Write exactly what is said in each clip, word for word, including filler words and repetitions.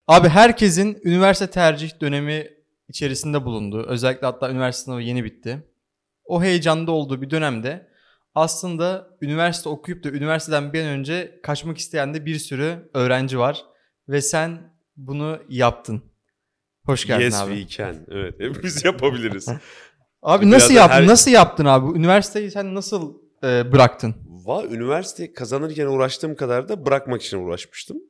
Abi herkesin üniversite tercih dönemi içerisinde bulunduğu, özellikle hatta üniversite sınavı yeni bitti. O heyecanda olduğu bir dönemde aslında üniversite okuyup da üniversiteden bir an önce kaçmak isteyen de bir sürü öğrenci var. Ve sen bunu yaptın. Hoş geldin Yes abi. we can. Evet, hepimiz yapabiliriz. Abi Şimdi nasıl birazdan yaptın? her- Nasıl yaptın abi? Üniversiteyi sen nasıl e, bıraktın? Va üniversite kazanırken uğraştığım kadar da bırakmak için uğraşmıştım.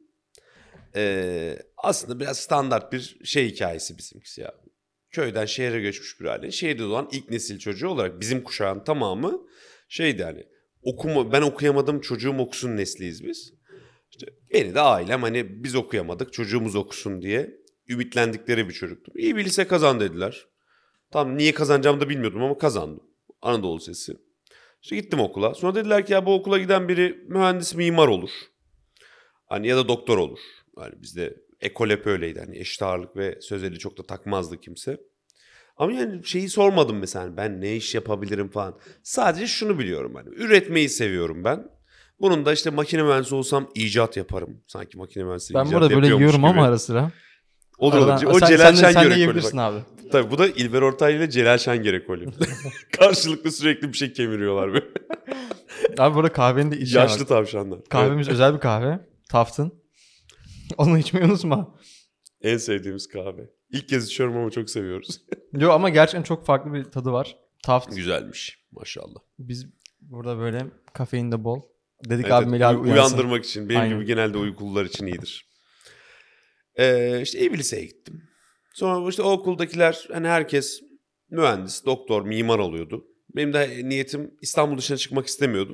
Ee, aslında biraz standart bir şey hikayesi bizimkisi ya. Köyden şehre göçmüş bir aile. Şehirde doğan ilk nesil çocuğu olarak bizim kuşağın tamamı şeydi hani okuma, ben okuyamadım çocuğum okusun nesliyiz biz. İşte beni de ailem hani biz okuyamadık çocuğumuz okusun diye ümitlendikleri bir çocuktum. İyi bir lise kazan dediler. Tam niye kazanacağımı da bilmiyordum ama kazandım. Anadolu Lisesi. İşte gittim okula. Sonra dediler ki ya bu okula giden biri mühendis mimar olur. Hani ya da doktor olur. Hani bizde ekol hep öyleydi. Hani eşit ağırlık ve sözeli çok da takmazdı kimse. Ama yani şeyi sormadım mesela hani ben ne iş yapabilirim falan. Sadece şunu biliyorum hani üretmeyi seviyorum ben. Bunun da işte makine mühendisi olsam icat yaparım. Sanki makine mühendisi Ben icat burada böyle yapıyormuş yiyorum gibi. ama ara sıra. Olur olur. Aradan, O sen, Celal sen, de, sen de Şengör ekolü bak. yiyebilirsin abi. Tabii bu da İlber Ortaylı ile Celal Şengör ekolü. Karşılıklı sürekli bir şey kemiriyorlar böyle. Abi burada kahveni de içeceğim Yaşlı bak. tavşanlar. Kahvemiz Evet. özel bir kahve. Taftın. Onu içmeyi unutma. En sevdiğimiz kahve. İlk kez içiyorum ama çok seviyoruz. Yo ama gerçekten çok farklı bir tadı var. Taft. Güzelmiş maşallah. Biz burada böyle kafein de bol. Dedik Evet, abi evet. Melih abi Uy- uyansın. uyandırmak için. Benim Aynen. gibi genelde uykulular için iyidir. Ee, işte iyi bir liseye gittim. Sonra işte o okuldakiler hani herkes mühendis, doktor, mimar oluyordu. Benim de niyetim İstanbul dışına çıkmak istemiyordum.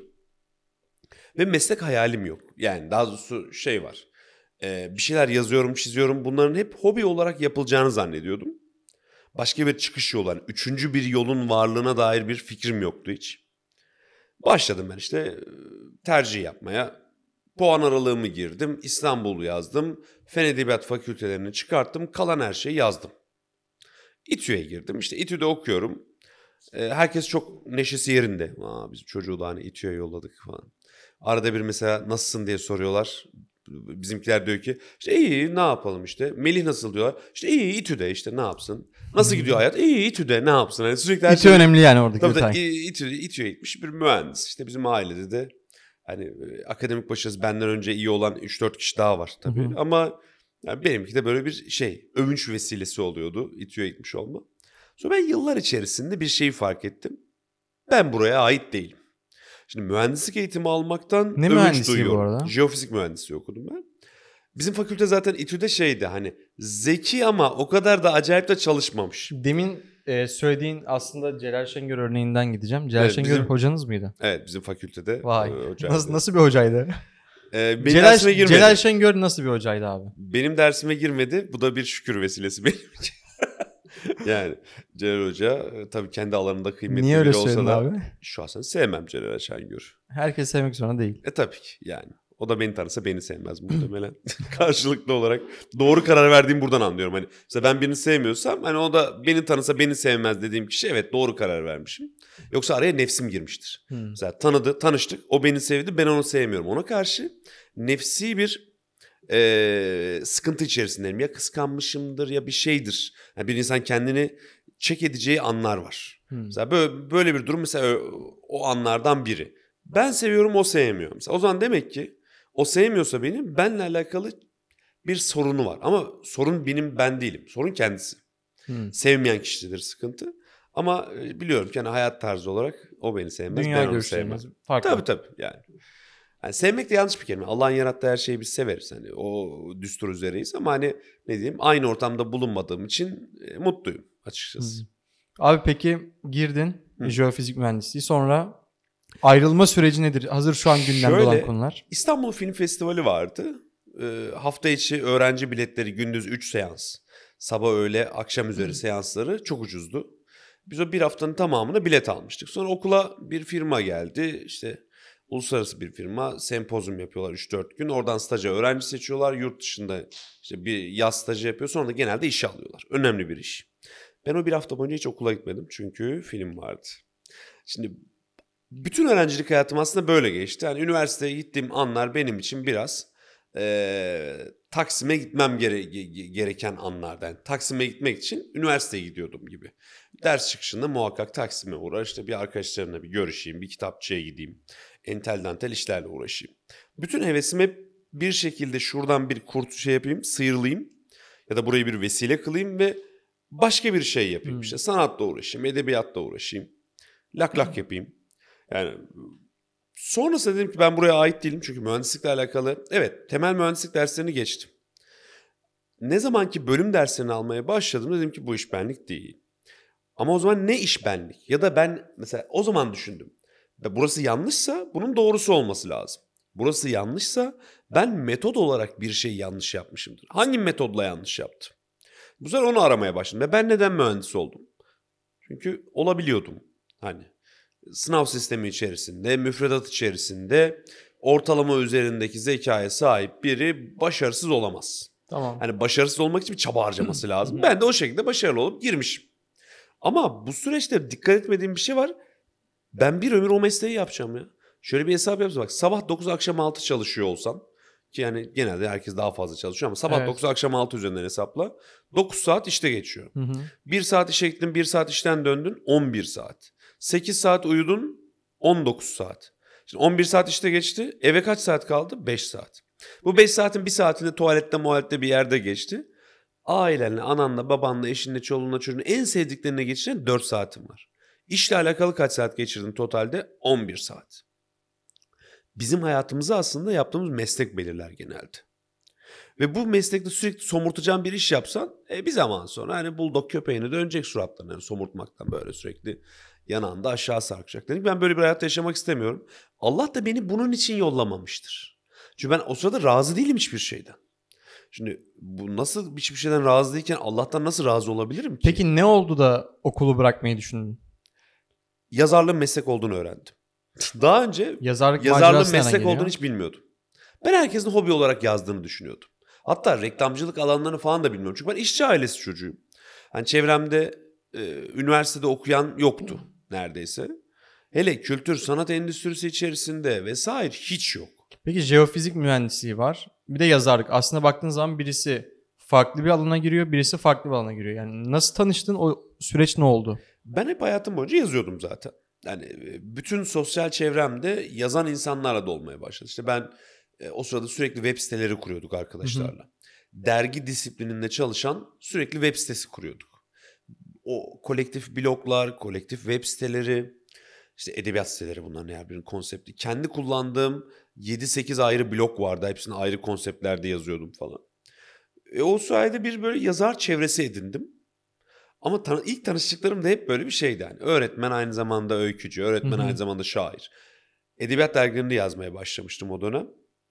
Ve meslek hayalim yok. Yani daha doğrusu şey var. Ee, bir şeyler yazıyorum, çiziyorum. Bunların hep hobi olarak yapılacağını zannediyordum. Başka bir çıkış yolu, yani üçüncü bir yolun varlığına dair bir fikrim yoktu hiç. Başladım ben işte e, tercih yapmaya. Puan aralığımı girdim. İstanbul'u yazdım. Fen Edebiyat fakültelerini çıkarttım. Kalan her şeyi yazdım. İTÜ'ye girdim. İşte İTÜ'de okuyorum. Ee, herkes çok neşesi yerinde. Aa, biz çocuğu da hani İTÜ'ye yolladık falan. Arada bir mesela nasılsın diye soruyorlar. Bizimkiler diyor ki işte iyi ne yapalım işte. Melih nasıl diyorlar. İşte iyi İTÜ'de işte ne yapsın. Nasıl gidiyor hayat? İyi İTÜ'de ne yapsın. Yani sürekli her İTÜ şey... önemli yani oradaki Tabii detay. tabii İTÜ, İTÜ'ye gitmiş bir mühendis. İşte bizim ailede de hani e, akademik başarısı benden önce iyi olan üç dört kişi daha var tabii. Hı hı. Ama yani benimki de böyle bir şey övünç vesilesi oluyordu İTÜ'ye gitmiş olma. Sonra ben yıllar içerisinde bir şeyi fark ettim. Ben buraya ait değilim. Şimdi mühendislik eğitimi almaktan Ne övünç mühendisliği bu duyuyorum. arada? Jeofizik mühendisliği okudum ben. Bizim fakülte zaten İTÜ'de şeydi hani zeki ama o kadar da acayip de çalışmamış. Demin e, söylediğin aslında Celal Şengör örneğinden gideceğim. Celal Evet, Şengör bizim- hocanız mıydı? Evet bizim fakültede Vay. e, hocaydı. Nasıl, nasıl bir hocaydı? Ee, benim Celal, dersime girmedi. Celal Şengör nasıl bir hocaydı abi? Benim dersime girmedi. Bu da bir şükür vesilesi benim için. Yani Celal Hoca e, tabii kendi alanında kıymetli Niye öyle biri olsa söyledin da abi? şahsen sevmem Celal Şengör. Herkes sevmek zorunda değil. E tabii ki yani. O da beni tanısa beni sevmez muhtemelen. Karşılıklı olarak doğru karar verdiğimi buradan anlıyorum. Hani mesela ben birini sevmiyorsam hani o da beni tanısa beni sevmez dediğim kişi evet doğru karar vermişim. Yoksa araya nefsim girmiştir. Hmm. Mesela tanıdı, tanıştık. O beni sevdi, ben onu sevmiyorum. Ona karşı nefsi bir e, sıkıntı içerisindeyim. Ya kıskanmışımdır ya bir şeydir. Yani bir insan kendini çek edeceği anlar var. Hmm. Mesela böyle, böyle bir durum mesela o, o anlardan biri. Ben seviyorum o sevmiyor. Mesela o zaman demek ki o sevmiyorsa benim benle alakalı bir sorunu var. Ama sorun benim ben değilim. Sorun kendisi. Hmm. Sevmeyen kişidir sıkıntı. Ama e, biliyorum ki hani hayat tarzı olarak o beni sevmez, Dünya ben onu sevmem. görüşlerimiz farklı. Tabii tabii yani. Yani sevmek de yanlış bir kelime. Allah'ın yarattığı her şeyi biz severiz. Hani o düstur üzereyiz ama hani ne diyeyim aynı ortamda bulunmadığım için e, mutluyum açıkçası. Hmm. Abi peki girdin Hı. jeofizik mühendisliği sonra ayrılma süreci nedir? Hazır şu an gündemde olan Şöyle, konular. İstanbul Film Festivali vardı. Ee, hafta içi öğrenci biletleri gündüz üç seans. Sabah öğle akşam üzeri seansları çok ucuzdu. Biz o bir haftanın tamamına bilet almıştık. Sonra okula bir firma geldi. İşte uluslararası bir firma sempozyum yapıyorlar üç dört gün. Oradan staja öğrenci seçiyorlar. Yurt dışında işte bir yaz stajı yapıyor. Sonra da genelde işe alıyorlar. Önemli bir iş. Ben o bir hafta boyunca hiç okula gitmedim. Çünkü film vardı. Şimdi bütün öğrencilik hayatım aslında böyle geçti. Yani üniversiteye gittiğim anlar benim için biraz e, Taksim'e gitmem gere- ge- gereken anlarda. Yani Taksim'e gitmek için üniversiteye gidiyordum gibi. Ders çıkışında muhakkak Taksim'e uğrar. İşte bir arkadaşlarımla bir görüşeyim, bir kitapçıya gideyim. Entel dantel işlerle uğraşayım. Bütün hevesim hep bir şekilde şuradan bir kurt şey yapayım, sıyrılayım. Ya da burayı bir vesile kılayım ve başka bir şey yapayım. Hmm. İşte sanatla uğraşayım, edebiyatla uğraşayım. Lak lak yapayım. Yani sonrasında dedim ki ben buraya ait değilim. Çünkü mühendislikle alakalı, evet, temel mühendislik derslerini geçtim. Ne zaman ki bölüm derslerini almaya başladım dedim ki bu iş benlik değil. Ama o zaman ne iş benlik? Ya da ben mesela o zaman düşündüm. Ve burası yanlışsa bunun doğrusu olması lazım. Burası yanlışsa ben metod olarak bir şey yanlış yapmışımdır. Hangi metodla yanlış yaptım? Bu sefer onu aramaya başladım. Ve ben neden mühendis oldum? Çünkü olabiliyordum. Hani sınav sistemi içerisinde, müfredat içerisinde ortalama üzerindeki zekaya sahip biri başarısız olamaz. Tamam. Hani başarısız olmak için bir çaba harcaması lazım. Ben de o şekilde başarılı olup girmişim. Ama bu süreçte dikkat etmediğim bir şey var. Ben bir ömür o mesleği yapacağım ya. Şöyle bir hesap yapsam bak, sabah dokuz akşam altı çalışıyor olsam, ki yani genelde herkes daha fazla çalışıyor ama sabah Evet. dokuz akşam altı üzerinden hesapla. dokuz saat işte geçiyor. Hı hı. bir saat işe gittin, bir saat işten döndün, on bir saat. sekiz saat uyudun, on dokuz saat. Şimdi on bir saat işte geçti. Eve kaç saat kaldı? beş saat. Bu beş saatin bir saatinde tuvalette muhalette bir yerde geçti. Ailenle, ananla, babanla, eşinle, çoluğunla, çocuğunla en sevdiklerine geçiren dört saatin var. İşle alakalı kaç saat geçirdin totalde? on bir saat. Bizim hayatımızı aslında yaptığımız meslek belirler genelde. Ve bu meslekte sürekli somurtacağın bir iş yapsan e, bir zaman sonra hani bulldog köpeğine dönecek suratlarına. Yani somurtmaktan böyle sürekli yanağında aşağı sarkacak. Dedim ben böyle bir hayat yaşamak istemiyorum. Allah da beni bunun için yollamamıştır. Çünkü ben o sırada razı değilim hiçbir şeyden. Şimdi bu nasıl hiçbir şeyden razı değilken Allah'tan nasıl razı olabilirim ki? Peki ne oldu da okulu bırakmayı düşündün? Yazarlığın meslek olduğunu öğrendim. Daha önce Yazarlık yazarlığın macerası nereden meslek geliyor? olduğunu hiç bilmiyordum. Ben herkesin hobi olarak yazdığını düşünüyordum. Hatta reklamcılık alanlarını falan da bilmiyorum. Çünkü ben işçi ailesi çocuğuyum. Hani çevremde e, üniversitede okuyan yoktu neredeyse. Hele kültür sanat endüstrisi içerisinde vesaire hiç yok. Peki jeofizik mühendisliği var. Bir de yazarlık. Aslında baktığın zaman birisi farklı bir alana giriyor, birisi farklı bir alana giriyor. Yani nasıl tanıştın? O süreç ne oldu? Ben hep hayatım boyunca yazıyordum zaten. Yani e, bütün sosyal çevremde yazan insanlarla da olmaya başladı. İşte ben e, o sırada sürekli web siteleri kuruyorduk arkadaşlarla. Hı hı. Dergi disiplininde çalışan sürekli web sitesi kuruyorduk. O kolektif bloglar, kolektif web siteleri, işte edebiyat siteleri bunların her birinin konsepti. Kendi kullandığım yedi sekiz ayrı blog vardı. Hepsini ayrı konseptlerde yazıyordum falan. E, o sayede bir böyle yazar çevresi edindim. Ama tan- ilk tanıştıklarım da hep böyle bir şeydi. Yani öğretmen aynı zamanda öykücü, öğretmen Hı hı. aynı zamanda şair. Edebiyat dergilerinde yazmaya başlamıştım o dönem.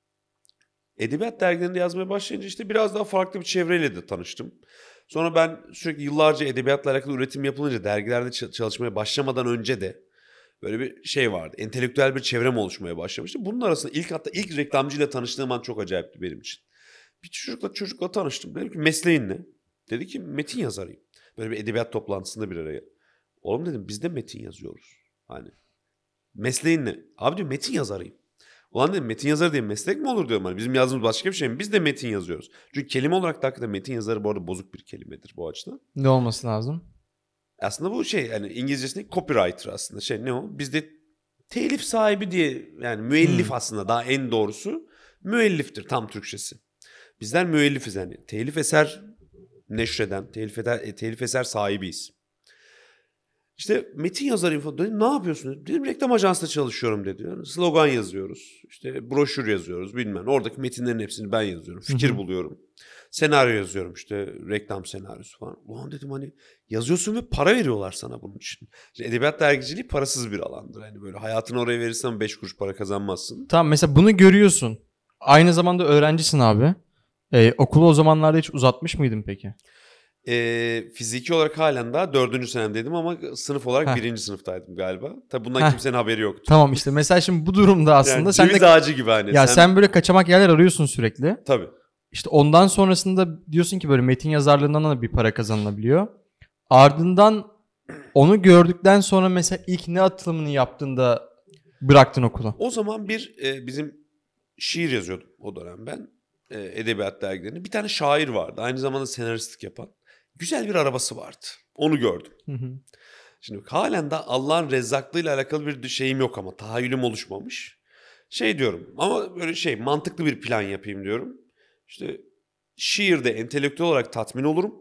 Edebiyat dergilerinde yazmaya başlayınca işte biraz daha farklı bir çevreyle de tanıştım. Sonra ben sürekli yıllarca edebiyatla alakalı üretim yapılınca dergilerde ç- çalışmaya başlamadan önce de böyle bir şey vardı. Entelektüel bir çevrem oluşmaya başlamıştı. Bunun arasında ilk hatta ilk reklamcıyla tanıştığım an çok acayipti benim için. Bir çocukla çocukla tanıştım. Dedim ki mesleğin ne? Dedi ki metin yazarıyım. Böyle bir edebiyat toplantısında bir araya. Oğlum dedim biz de metin yazıyoruz. Hani mesleğin ne? Abi diyor metin yazarıyım. Ulan dedim metin yazarı diye meslek mi olur diyorum. Hani bizim yazdığımız başka bir şey mi? Biz de metin yazıyoruz. Çünkü kelime olarak da hakikaten metin yazarı bu arada bozuk bir kelimedir bu açıdan. Ne olması lazım? Aslında bu şey yani İngilizcesinde copywriter aslında. Şey ne o? Bizde telif sahibi diye yani müellif Hmm. aslında daha en doğrusu müelliftir tam Türkçesi. Bizler müellifiz yani. Telif eser neşreden, telif, eder, telif eser sahibiyiz. İşte metin yazarıyım falan. Dedim, ne yapıyorsun? Dedim reklam ajansında çalışıyorum dedi. Yani slogan yazıyoruz. İşte broşür yazıyoruz bilmem. Oradaki metinlerin hepsini ben yazıyorum. Fikir Hı hı. buluyorum. Senaryo yazıyorum işte reklam senaryosu falan. Ulan dedim hani yazıyorsun ve para veriyorlar sana bunun için. İşte edebiyat dergiciliği parasız bir alandır. Yani böyle hayatını oraya verirsen beş kuruş para kazanmazsın. Tamam, mesela bunu görüyorsun. Aynı zamanda öğrencisin abi. Ee, okulu o zamanlarda hiç uzatmış mıydın peki? E, fiziki olarak halen daha dördüncü senemdeydim ama sınıf olarak Heh. birinci sınıftaydım galiba. Tabii bundan Heh. kimsenin haberi yoktu. Tamam, işte mesela şimdi bu durumda aslında Yani sen ceviz de ağacı gibi hani. ya sen böyle kaçamak yerler arıyorsun sürekli. Tabii. İşte ondan sonrasında diyorsun ki böyle metin yazarlığından da bir para kazanılabiliyor. Ardından onu gördükten sonra mesela ilk ne atılımını yaptığında bıraktın okulu? O zaman bir e, bizim şiir yazıyordum o dönem ben. e, edebiyat dergilerini. Bir tane şair vardı. Aynı zamanda senaristlik yapan. Güzel bir arabası vardı. Onu gördüm. Hı hı. Şimdi halen de Allah'ın rezzaklığıyla alakalı bir şeyim yok ama tahayyülüm oluşmamış. Şey diyorum ama böyle şey mantıklı bir plan yapayım diyorum. İşte şiirde entelektüel olarak tatmin olurum.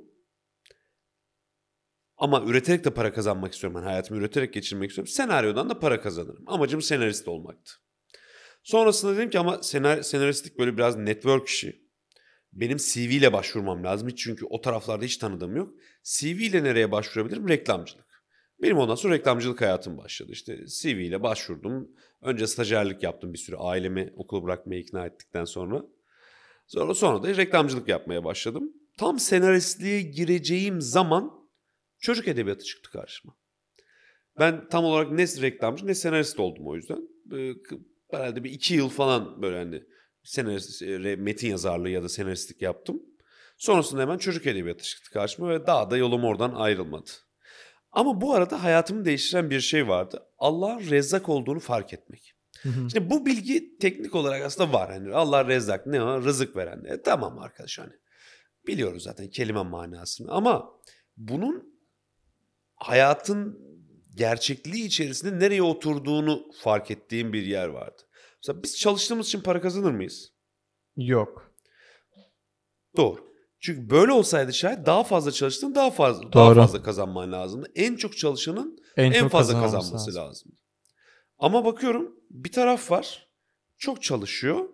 Ama üreterek de para kazanmak istiyorum. Ben hayatımı üreterek geçirmek istiyorum. Senaryodan da para kazanırım. Amacım senarist olmaktı. Sonrasında dedim ki ama senar, senaristlik böyle biraz network işi. Benim C V ile başvurmam lazım. Hiç çünkü o taraflarda hiç tanıdığım yok. C V ile nereye başvurabilirim? Reklamcılık. Benim ondan sonra reklamcılık hayatım başladı. İşte C V ile başvurdum. Önce stajyerlik yaptım bir süre. Ailemi okulu bırakmaya ikna ettikten sonra. Sonra sonra da reklamcılık yapmaya başladım. Tam senaristliğe gireceğim zaman çocuk edebiyatı çıktı karşıma. Ben tam olarak ne reklamcı ne senarist oldum o yüzden. Ee, herhalde bir iki yıl falan böyle hani senarist, metin yazarlığı ya da senaristlik yaptım. Sonrasında hemen çocuk edebiyatı çıktı karşıma ve daha da yolum oradan ayrılmadı. Ama bu arada hayatımı değiştiren bir şey vardı. Allah'ın Rezzak olduğunu fark etmek. Hı hı. Şimdi bu bilgi teknik olarak aslında var. Hani Allah Rezzak ne o? Rızık veren. E, tamam arkadaş hani. Biliyoruz zaten kelime manasını. Ama bunun hayatın gerçekliği içerisinde nereye oturduğunu fark ettiğim bir yer vardı. Mesela biz çalıştığımız için para kazanır mıyız? Yok. Doğru. Çünkü böyle olsaydı şayet daha fazla çalıştığın daha fazla Doğru. daha fazla kazanman lazımdı. En çok çalışanın en, En çok fazla kazanması kazanması lazım. lazım. Ama bakıyorum bir taraf var çok çalışıyor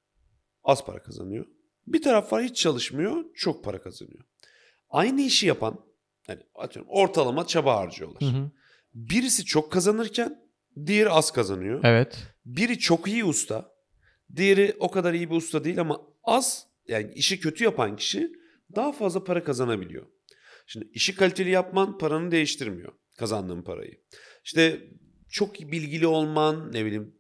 az para kazanıyor. Bir taraf var hiç çalışmıyor çok para kazanıyor. Aynı işi yapan hani atıyorum ortalama çaba harcıyorlar. Hı hı. Birisi çok kazanırken diğeri az kazanıyor. Evet. Biri çok iyi usta, diğeri o kadar iyi bir usta değil ama az yani işi kötü yapan kişi daha fazla para kazanabiliyor. Şimdi işi kaliteli yapman paranı değiştirmiyor. Kazandığın parayı. İşte çok bilgili olman ne bileyim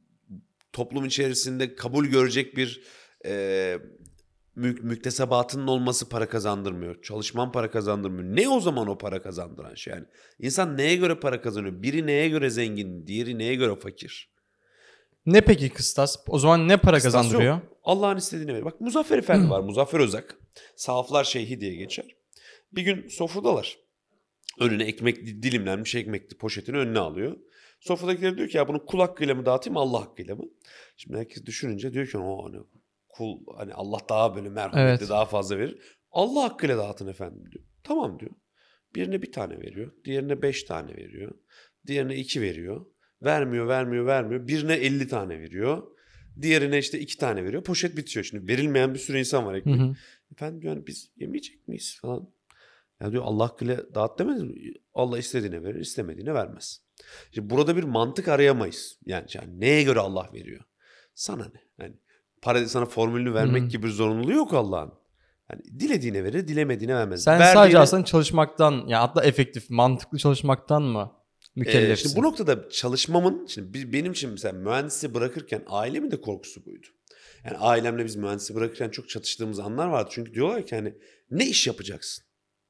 toplum içerisinde kabul görecek bir e, mü- müktesebatının olması para kazandırmıyor. Çalışman para kazandırmıyor. Ne o zaman o para kazandıran şey yani? İnsan neye göre para kazanıyor? Biri neye göre zengin, diğeri neye göre fakir? Ne peki kıstas? O zaman ne para Kıstas kazandırıyor? yok. Allah'ın istediğine verir. Bak Muzaffer Efendi var. Muzaffer Özak. Sahaflar Şeyhi diye geçer. Bir gün sofradalar. Önüne ekmek dilimlenmiş ekmekli poşetini önüne alıyor. Sofradakiler diyor ki ya bunu kul hakkıyla mı dağıtayım Allah hakkıyla mı? Şimdi herkes düşününce diyor ki o hani kul hani Allah daha böyle merhametli Evet. daha fazla verir. Allah hakkıyla dağıtın efendim diyor. Tamam diyor. Birine bir tane veriyor. Diğerine beş tane veriyor. Diğerine iki veriyor. Vermiyor, vermiyor, vermiyor. Birine elli tane veriyor. Diğerine işte iki tane veriyor. Poşet bitiyor. Şimdi verilmeyen bir sürü insan var Hı ekmek. hı. Efendim diyor hani biz yemeyecek miyiz falan. Ya diyor Allah hakkıyla dağıt demez mi? Allah istediğine verir, istemediğine vermez. Şimdi burada bir mantık arayamayız. Yani, yani neye göre Allah veriyor? Sana ne? Yani para sana formülünü vermek Hı. gibi bir zorunluluğu yok Allah'ın. Yani dilediğine verir, dilemediğine vermez. Sen Verdiğine- sadece aslında çalışmaktan ya hatta efektif, mantıklı çalışmaktan mı Ee, mükellefsin? şimdi bu noktada çalışmamın, şimdi bi- benim için mesela mühendisi bırakırken ailemin de korkusu buydu. Yani ailemle biz mühendisi bırakırken çok çatıştığımız anlar vardı. Çünkü diyorlar ki hani ne iş yapacaksın?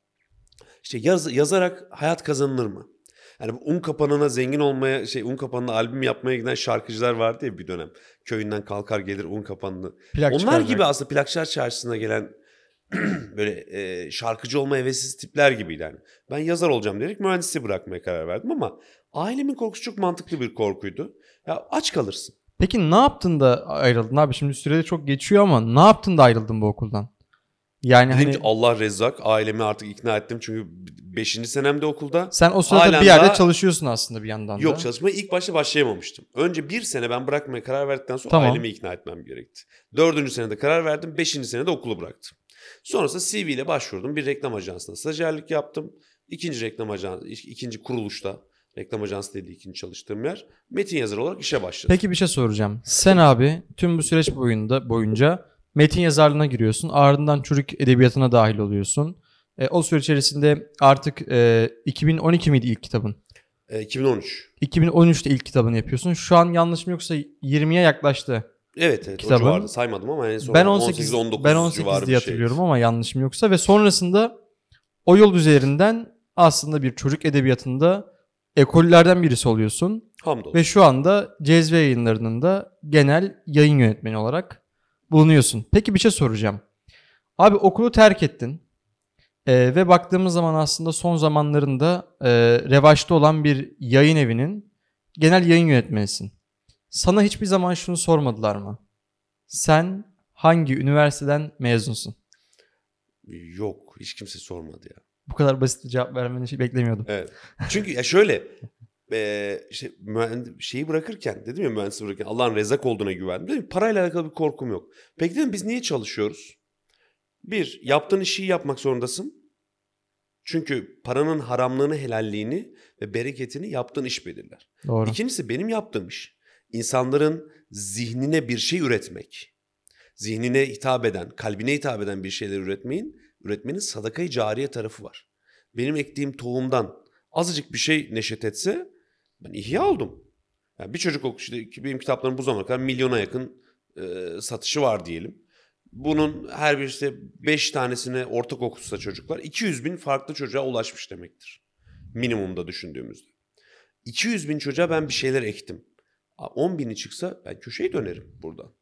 İşte yaz, yazarak hayat kazanılır mı? Yani bu un kapanına zengin olmaya, şey un kapanına albüm yapmaya giden şarkıcılar vardı ya bir dönem. Köyünden kalkar gelir un kapanını. Plak Onlar çıkaracak. gibi aslında plakçılar çarşısına gelen böyle e, şarkıcı olma hevesiz tipler gibiydi. Yani. Ben yazar olacağım diyerek mühendisliği bırakmaya karar verdim ama ailemin korkusu çok mantıklı bir korkuydu. Ya aç kalırsın. Peki ne yaptın da ayrıldın abi? Şimdi sürede çok geçiyor ama ne yaptın da ayrıldın bu okuldan? Yani Dedim hani ki Allah Rezzak ailemi artık ikna ettim çünkü beşinci senemde okulda. sen o sırada halen bir yerde daha- çalışıyorsun aslında bir yandan da. Yok çalışmaya ilk başta başlayamamıştım. Önce bir sene ben bırakmaya karar verdikten sonra Tamam. ailemi ikna etmem gerekti. Dördüncü senede karar verdim. Beşinci senede okulu bıraktım. Sonrasında C V ile başvurdum. Bir reklam ajansına stajyerlik yaptım. İkinci reklam ajansı, ikinci kuruluşta reklam ajansı dediği ikinci çalıştığım yer. Metin yazarı olarak işe başladım. Peki bir şey soracağım. Sen abi tüm bu süreç boyunda boyunca metin yazarlığına giriyorsun. Ardından çocuk edebiyatına dahil oluyorsun. E, o süre içerisinde artık e, iki bin on iki miydi ilk kitabın? E, iki bin on üç. iki bin on üçte ilk kitabını yapıyorsun. Şu an yanlışım yoksa yirmiye yaklaştı. Evet evet Kitabın. o civarda saymadım ama en son Ben on on sekiz sekiz on dokuz ben civarı on sekiz bir diye şey. hatırlıyorum ama yanlışım yoksa ve sonrasında o yol üzerinden aslında bir çocuk edebiyatında ekollerden birisi oluyorsun Hamdolsun. ve şu anda Cezve Yayınları'nın da genel yayın yönetmeni olarak bulunuyorsun. Peki bir şey soracağım. Abi okulu terk ettin. Ee, ve baktığımız zaman aslında son zamanlarında e, revaçta olan bir yayın evinin genel yayın yönetmenisin. Sana hiçbir zaman şunu sormadılar mı? Sen hangi üniversiteden mezunsun? Yok, hiç kimse sormadı ya. Bu kadar basit bir cevap vermeni hiç beklemiyordum. Evet. Çünkü ya şöyle e, işte mühend- şeyi bırakırken dedim ya mühendisliği bırakırken Allah'ın rezak olduğuna güvendim. Dedim parayla alakalı bir korkum yok. Peki dedim biz niye çalışıyoruz? Bir, yaptığın işi yapmak zorundasın. Çünkü paranın haramlığını, helalliğini ve bereketini yaptığın iş belirler. Doğru. İkincisi benim yaptığım iş. İnsanların zihnine bir şey üretmek. Zihnine hitap eden, kalbine hitap eden bir şeyler üretmeyin. Üretmenin sadakayı cariye tarafı var. Benim ektiğim tohumdan azıcık bir şey neşet etse ben ihya oldum. Yani bir çocuk oku işte benim kitaplarım bu zamana kadar milyona yakın e, satışı var diyelim. Bunun her bir işte beş tanesine ortak okutsa çocuklar iki yüz bin farklı çocuğa ulaşmış demektir. Minimumda düşündüğümüzde. iki yüz bin çocuğa ben bir şeyler ektim. on bini çıksa ben köşeyi dönerim buradan.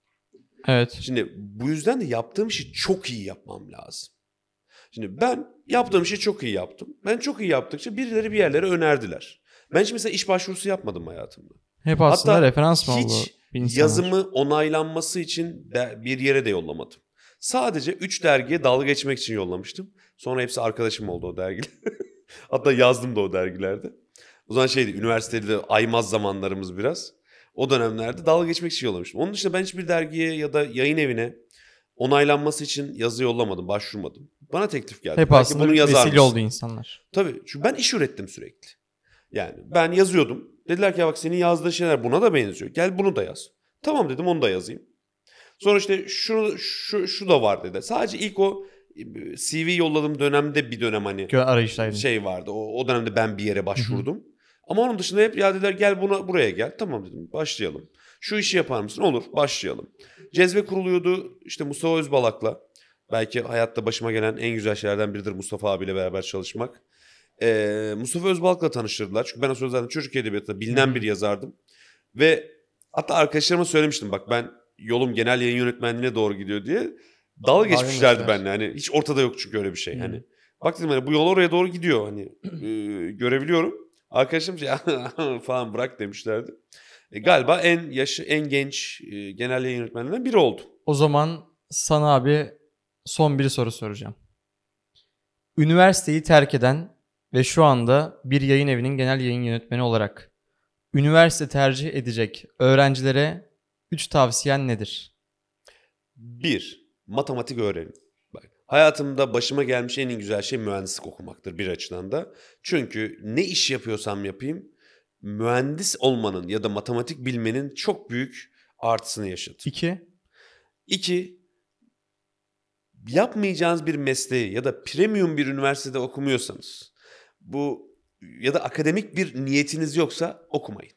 Evet. Şimdi bu yüzden de yaptığım işi çok iyi yapmam lazım. Şimdi ben yaptığım işi çok iyi yaptım. Ben çok iyi yaptıkça birileri bir yerlere önerdiler. Ben hiç mesela iş başvurusu yapmadım hayatımda. Hep aslında Hatta referans mı oldu hiç bir insanlar? yazımı onaylanması için de bir yere de yollamadım. Sadece üç dergiye dalga geçmek için yollamıştım. Sonra hepsi arkadaşım oldu o dergiler. Hatta yazdım da o dergilerde. O zaman şeydi, üniversitede de aymaz zamanlarımız biraz. O dönemlerde dalga geçmek için yollamıştım. Onun dışında ben hiçbir dergiye ya da yayın evine onaylanması için yazı yollamadım, başvurmadım. Bana teklif geldi. Hep Belki aslında bunu yazar vesile mısın? oldu insanlar. Tabii. Çünkü ben iş ürettim sürekli. Yani ben yazıyordum. Dediler ki ya bak senin yazdığın şeyler buna da benziyor. Gel bunu da yaz. Tamam dedim, onu da yazayım. Sonra işte şu, şu, şu da var dedi. Sadece ilk o C V yolladığım dönemde bir dönem hani Gö- Arayıştaydın. şey vardı. O, o dönemde ben bir yere başvurdum. Ama onun dışında hep ya dediler gel buna buraya gel. Tamam dedim, başlayalım. Şu işi yapar mısın? Olur, başlayalım. Cezve kuruluyordu işte Mustafa Özbalak'la. Belki hayatta başıma gelen en güzel şeylerden biridir Mustafa abiyle beraber çalışmak. Ee, Mustafa Özbalak'la tanıştırdılar. Çünkü ben o sırada zaten çocuk edebiyatında bilinen bir yazardım. Ve hatta arkadaşlarıma söylemiştim, bak ben yolum genel yayın yönetmenliğine doğru gidiyor diye. Dalga geçmişlerdi geçmişler. benimle. Hani hiç ortada yok çünkü öyle bir şey. Hı. Hani bak dedim hani bu yol oraya doğru gidiyor. Hani e, görebiliyorum. Arkadaşlarım şey falan bırak demişlerdi. E, galiba en yaşı en genç e, genel yayın yönetmenlerinden biri oldu. O zaman sana abi son bir soru soracağım. Üniversiteyi terk eden ve şu anda bir yayın evinin genel yayın yönetmeni olarak üniversite tercih edecek öğrencilere üç tavsiyen nedir? Bir, matematik öğrenin. Bak, hayatımda başıma gelmiş en güzel şey mühendislik okumaktır bir açıdan da. Çünkü ne iş yapıyorsam yapayım, mühendis olmanın ya da matematik bilmenin çok büyük artısını yaşadım. İki. İki, yapmayacağınız bir mesleği ya da premium bir üniversitede okumuyorsanız, bu ya da akademik bir niyetiniz yoksa okumayın.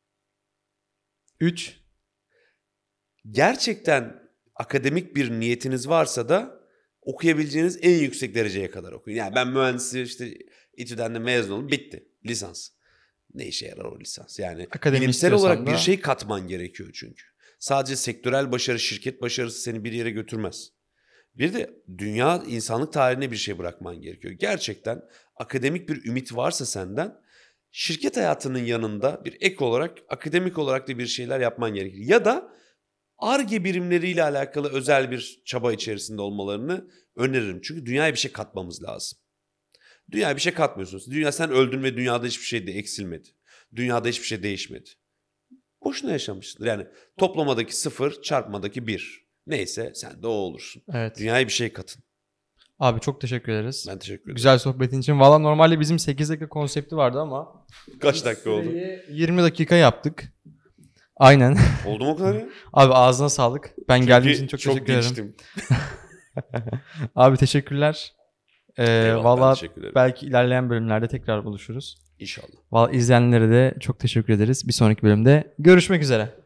Üç. Gerçekten akademik bir niyetiniz varsa da okuyabileceğiniz en yüksek dereceye kadar okuyun. Yani ben mühendisliği işte İTÜ'den de mezun oldum, bitti. Lisans. Ne işe yarar o lisans? Yani Akademi bilimsel istiyorsan olarak da- bir şey katman gerekiyor çünkü. Sadece sektörel başarı, şirket başarısı seni bir yere götürmez. Bir de dünya insanlık tarihine bir şey bırakman gerekiyor. Gerçekten akademik bir ümit varsa senden, şirket hayatının yanında bir ek olarak akademik olarak da bir şeyler yapman gerekir. Ya da Ar-Ge birimleriyle alakalı özel bir çaba içerisinde olmalarını öneririm. Çünkü dünyaya bir şey katmamız lazım. Dünyaya bir şey katmıyorsunuz. Dünya, sen öldün ve dünyada hiçbir şey de eksilmedi. Dünyada hiçbir şey değişmedi. Boşuna yaşamışsındır. Yani toplamadaki sıfır, çarpmadaki bir. Neyse sen de o olursun. Evet. Dünyaya bir şey katın. Abi çok teşekkür ederiz. Ben teşekkür ederim. Güzel sohbetin için. Valla normalde bizim sekiz dakika konsepti vardı ama Kaç dakika oldu? süreyi yirmi dakika yaptık. Aynen. Oldu mu o kadar ya? Abi ağzına sağlık. Ben geldiğim için Çünkü çok, teşekkür ederim. geçtim. Abi teşekkürler. Ee, Eyvallah, ben Valla teşekkür ederim. belki ilerleyen bölümlerde tekrar buluşuruz. İnşallah. Valla izleyenlere de çok teşekkür ederiz. Bir sonraki bölümde görüşmek üzere.